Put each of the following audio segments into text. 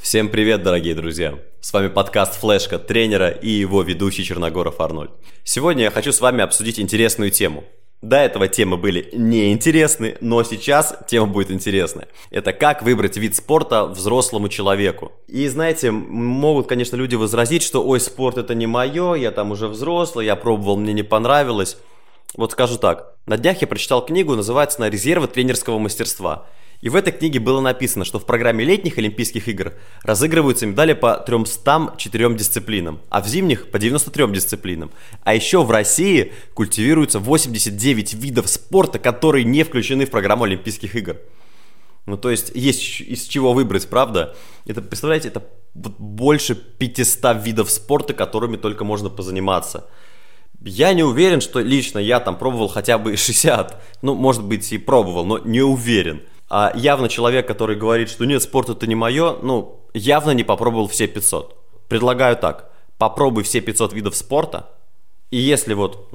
Всем привет, дорогие друзья! С вами подкаст «Флешка» тренера и его ведущий Черногоров Арнольд. Сегодня я хочу с вами обсудить интересную тему. До этого темы были неинтересны, но сейчас тема будет интересная. Это как выбрать вид спорта взрослому человеку. И знаете, могут, конечно, люди возразить, что «Ой, спорт это не мое, я там уже взрослый, я пробовал, мне не понравилось». Вот скажу так. На днях я прочитал книгу, называется она «Резервы тренерского мастерства». И в этой книге было написано, что в программе летних Олимпийских игр разыгрываются медали по 304 дисциплинам, а в зимних по 93 дисциплинам. А еще в России культивируются 89 видов спорта, которые не включены в программу Олимпийских игр. Ну, то есть из чего выбрать, правда? Это, представляете, это больше 500 видов спорта, которыми только можно позаниматься. Я не уверен, что лично я там пробовал хотя бы 60. Ну, может быть, и пробовал, но не уверен. А явно человек, который говорит, что нет, спорт это не мое, явно не попробовал все 500. Предлагаю так, попробуй все 500 видов спорта, и если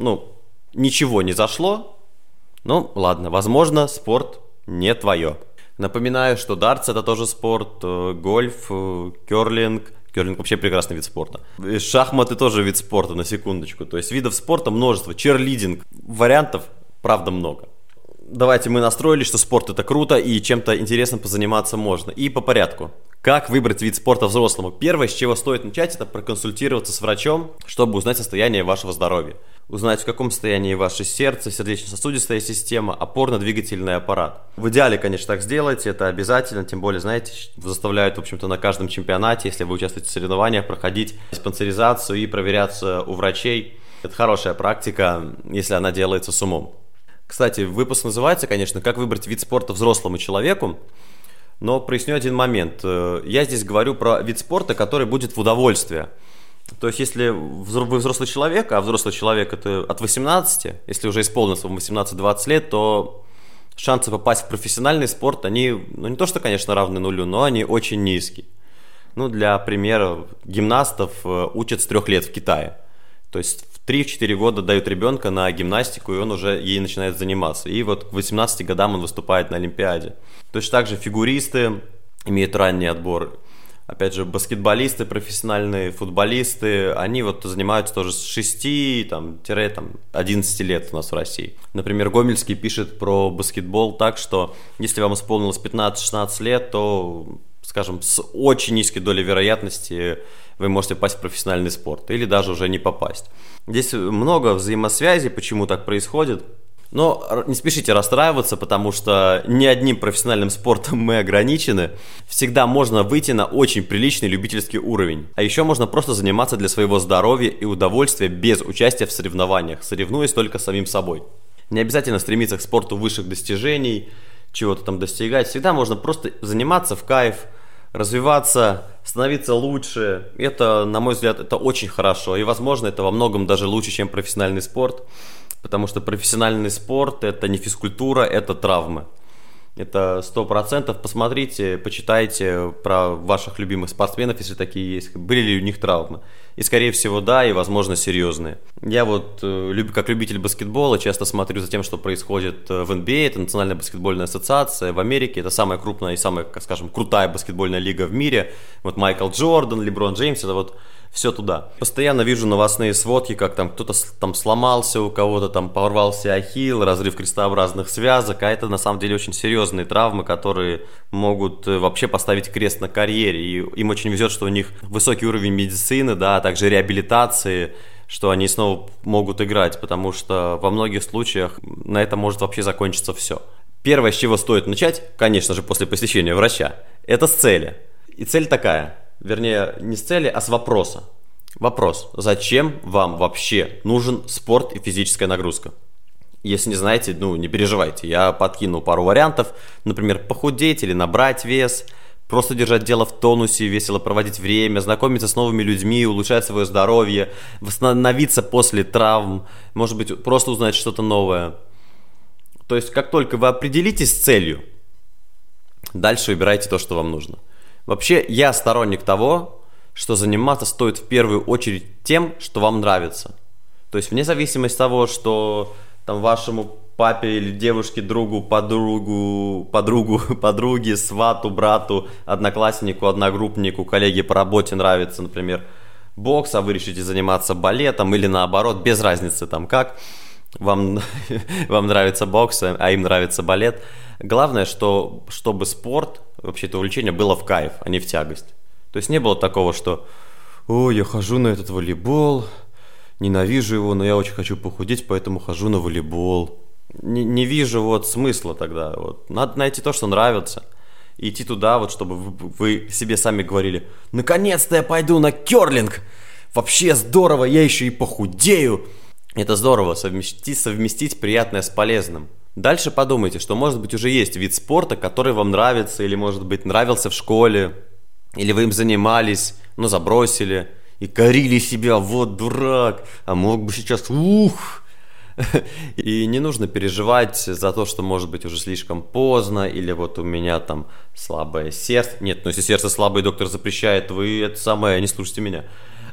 ничего не зашло, ладно, возможно, спорт не твое. Напоминаю, что дартс это тоже спорт, гольф, керлинг. Керлинг вообще прекрасный вид спорта. Шахматы тоже вид спорта, на секундочку. То есть видов спорта множество, черлидинг, вариантов, правда, много. Давайте мы настроились, что спорт это круто и чем-то интересным позаниматься можно. И по порядку. Как выбрать вид спорта взрослому? Первое, с чего стоит начать, это проконсультироваться с врачом, чтобы узнать состояние вашего здоровья. Узнать, в каком состоянии ваше сердце, сердечно-сосудистая система, опорно-двигательный аппарат. В идеале, конечно, так сделайте, это обязательно, тем более, знаете, заставляют, в общем-то, на каждом чемпионате, если вы участвуете в соревнованиях, проходить диспансеризацию и проверяться у врачей. Это хорошая практика, если она делается с умом. Кстати, выпуск называется, конечно, «Как выбрать вид спорта взрослому человеку», но проясню один момент. Я здесь говорю про вид спорта, который будет в удовольствие. То есть, если вы взрослый человек, а взрослый человек это от 18, если уже исполнилось вам 18-20 лет, то шансы попасть в профессиональный спорт, они, не то что, конечно, равны нулю, но они очень низкие. Для примера, гимнастов учат с 3 лет в Китае. То есть в 3-4 года дают ребенка на гимнастику, и он уже ей начинает заниматься. И вот к 18 годам он выступает на Олимпиаде. Точно так же фигуристы имеют ранний отбор. Опять же, баскетболисты, профессиональные футболисты, они занимаются тоже с 6-11 лет у нас в России. Например, Гомельский пишет про баскетбол так, что если вам исполнилось 15-16 лет, то, скажем, с очень низкой долей вероятности вы можете попасть в профессиональный спорт или даже уже не попасть. Здесь много взаимосвязей, почему так происходит. Но не спешите расстраиваться, потому что ни одним профессиональным спортом мы ограничены. Всегда можно выйти на очень приличный любительский уровень. А еще можно просто заниматься для своего здоровья и удовольствия без участия в соревнованиях, соревнуясь только с самим собой. Не обязательно стремиться к спорту высших достижений, чего-то там достигать. Всегда можно просто заниматься в кайф, развиваться, становиться лучше. Это, на мой взгляд, это очень хорошо. И, возможно, это во многом даже лучше, чем профессиональный спорт. Потому что профессиональный спорт – это не физкультура, это травмы. Это 100%. Посмотрите, почитайте про ваших любимых спортсменов, если такие есть. Были ли у них травмы? И, скорее всего, да, и, возможно, серьезные. Я как любитель баскетбола, часто смотрю за тем, что происходит в NBA. Это Национальная баскетбольная ассоциация в Америке. Это самая крупная и самая, скажем, крутая баскетбольная лига в мире. Майкл Джордан, Леброн Джеймс – это все туда. Постоянно вижу новостные сводки, как там кто-то там сломался, у кого-то там порвался ахилл, разрыв крестообразных связок, а это на самом деле очень серьезные травмы, которые могут вообще поставить крест на карьере, и им очень везет, что у них высокий уровень медицины, да, а также реабилитации, что они снова могут играть, потому что во многих случаях на этом может вообще закончиться все. Первое, с чего стоит начать, конечно же, после посещения врача, это с цели. И цель такая. Вернее, не с цели, а с вопроса. Вопрос. Зачем вам вообще нужен спорт и физическая нагрузка? Если не знаете, не переживайте. Я подкину пару вариантов. Например, похудеть или набрать вес. Просто держать дело в тонусе, весело проводить время, знакомиться с новыми людьми, улучшать свое здоровье, восстановиться после травм. Может быть, просто узнать что-то новое. То есть, как только вы определитесь с целью, дальше выбирайте то, что вам нужно. Вообще, я сторонник того, что заниматься стоит в первую очередь тем, что вам нравится. То есть, вне зависимости от того, что там вашему папе или девушке, другу, подруге, свату, брату, однокласснику, одногруппнику, коллеге по работе нравится, например, бокс, а вы решите заниматься балетом или наоборот, без разницы там как, вам нравится бокс, а им нравится балет. Главное, чтобы спорт, вообще это увлечение было в кайф, а не в тягость. То есть не было такого, что «Ой, я хожу на этот волейбол, ненавижу его, но я очень хочу похудеть, поэтому хожу на волейбол». Не вижу вот смысла тогда. Вот. Надо найти то, что нравится, и идти туда, вот, чтобы вы себе сами говорили: «Наконец-то я пойду на керлинг! Вообще здорово, я еще и похудею!» Это здорово, совместить приятное с полезным. Дальше подумайте, что, может быть, уже есть вид спорта, который вам нравится, или, может быть, нравился в школе, или вы им занимались, но забросили, и корили себя: «Вот дурак, а мог бы сейчас, ух!» И не нужно переживать за то, что, может быть, уже слишком поздно, или вот у меня там слабое сердце. Нет, ну если сердце слабое, доктор запрещает, вы это самое, не слушайте меня.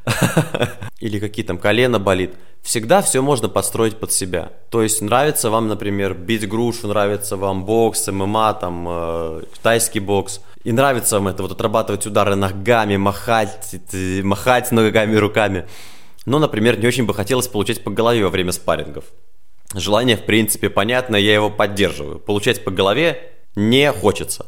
Или какие там колено болит. Всегда все можно подстроить под себя. То есть нравится вам, например, бить грушу, нравится вам бокс, ММА, там, тайский бокс. И нравится вам это, вот отрабатывать удары ногами, махать ногами, руками. Но, например, не очень бы хотелось получать по голове во время спаррингов. Желание, в принципе, понятно, я его поддерживаю. Получать по голове не хочется.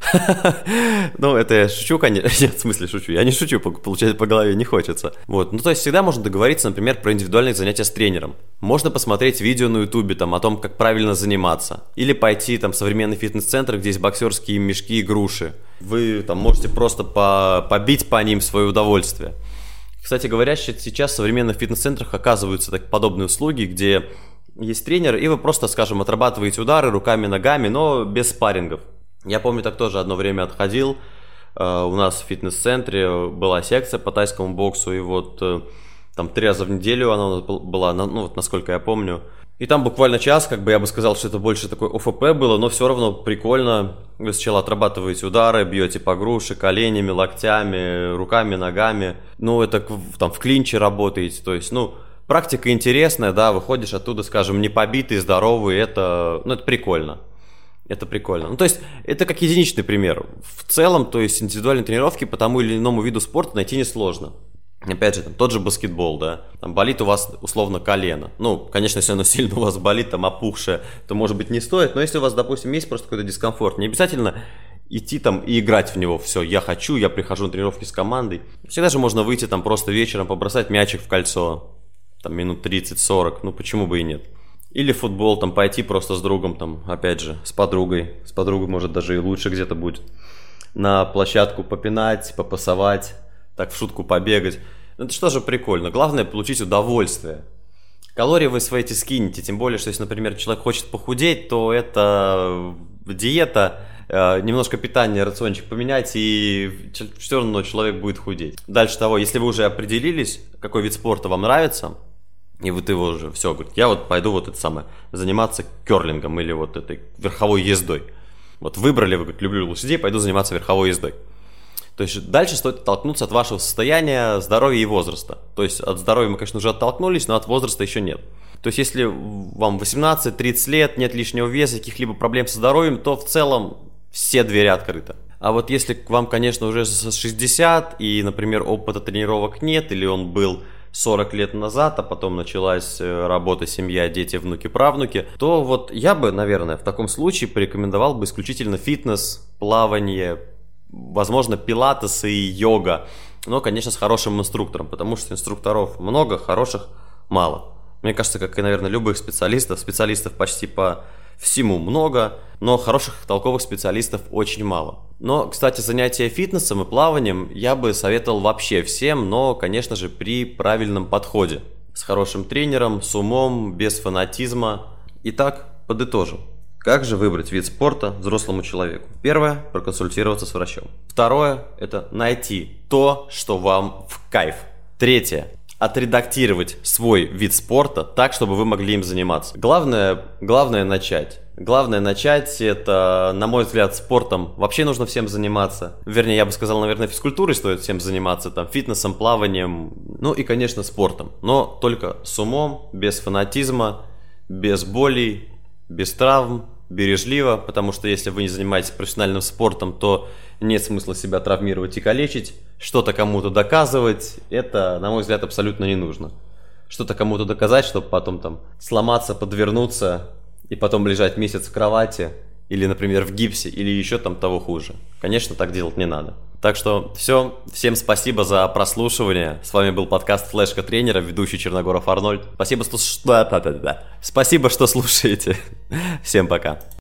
Ну, это я шучу, конечно. Нет, в смысле шучу. Я не шучу, получать по голове не хочется. Вот. Ну, то есть всегда можно договориться, например, про индивидуальные занятия с тренером. Можно посмотреть видео на ютубе там, о том, как правильно заниматься. Или пойти там, в современный фитнес-центр, где есть боксерские мешки и груши. Вы там можете просто побить по ним в свое удовольствие. Кстати говоря, сейчас в современных фитнес-центрах оказываются подобные услуги, где есть тренер, и вы просто, скажем, отрабатываете удары руками, ногами, но без спаррингов. Я помню, так тоже одно время отходил. У нас в фитнес-центре была секция по тайскому боксу, и вот там 3 раза в неделю она была, ну вот насколько я помню. И там буквально час, как бы я бы сказал, что это больше такой ОФП было, но все равно прикольно. Вы сначала отрабатываете удары, бьете по груше, коленями, локтями, руками, ногами. Ну, это там в клинче работаете, то есть, ну, практика интересная, да, выходишь оттуда, скажем, не побитый, здоровый, это прикольно. Это прикольно. Ну, то есть, это как единичный пример. В целом, то есть, индивидуальные тренировки по тому или иному виду спорта найти несложно. Опять же, там, тот же баскетбол, да, там болит у вас условно колено. Ну, конечно, если оно сильно у вас болит, там опухшее, то, может быть, не стоит. Но если у вас, допустим, есть просто какой-то дискомфорт, не обязательно идти там и играть в него. Все, я прихожу на тренировки с командой. Всегда же можно выйти там просто вечером, побросать мячик в кольцо, там минут 30-40, ну почему бы и нет. Или футбол, там пойти просто с другом, там, опять же, с подругой, может даже и лучше где-то будет. На площадку попинать, попасовать. Так в шутку побегать. Ну это что же прикольно. Главное получить удовольствие. Калории вы свои эти скинете. Тем более, что если, например, человек хочет похудеть, то это диета, немножко питание, рациончик поменять, и все равно человек будет худеть. Дальше того, если вы уже определились, какой вид спорта вам нравится, и вот его уже все, говорит, я вот пойду вот это самое, заниматься керлингом или вот этой верховой ездой. Вот выбрали, вы говорите, люблю лошадей, пойду заниматься верховой ездой. То есть дальше стоит оттолкнуться от вашего состояния, здоровья и возраста. То есть от здоровья мы, конечно, уже оттолкнулись, но от возраста еще нет. То есть если вам 18-30 лет, нет лишнего веса, каких-либо проблем со здоровьем, то в целом все двери открыты. А вот если вам, конечно, уже 60 и, например, опыта тренировок нет, или он был 40 лет назад, а потом началась работа, семья, дети, внуки, правнуки, то вот я бы, наверное, в таком случае порекомендовал бы исключительно фитнес, плавание, возможно, пилатес и йога, но, конечно, с хорошим инструктором, потому что инструкторов много, хороших мало. Мне кажется, как и, наверное, любых специалистов почти по всему много, но хороших толковых специалистов очень мало. Но, кстати, занятия фитнесом и плаванием я бы советовал вообще всем, но, конечно же, при правильном подходе. С хорошим тренером, с умом, без фанатизма. Итак, подытожим. Как же выбрать вид спорта взрослому человеку? Первое – проконсультироваться с врачом. Второе – это найти то, что вам в кайф. Третье – отредактировать свой вид спорта так, чтобы вы могли им заниматься. Главное начать. Главное начать – это, на мой взгляд, спортом вообще нужно всем заниматься. Вернее, я бы сказал, наверное, физкультурой стоит всем заниматься, там, фитнесом, плаванием, ну и, конечно, спортом. Но только с умом, без фанатизма, без болей, без травм, бережливо, потому что если вы не занимаетесь профессиональным спортом, то нет смысла себя травмировать и калечить. Что-то кому-то доказывать, это, на мой взгляд, абсолютно не нужно. Что-то кому-то доказать, чтобы потом там сломаться, подвернуться и потом лежать месяц в кровати, или, например, в гипсе, или еще там того хуже. Конечно, так делать не надо. Так что все, всем спасибо за прослушивание. С вами был подкаст «Флешка тренера», ведущий Черногоров Арнольд. Спасибо, что слушаете. Всем пока.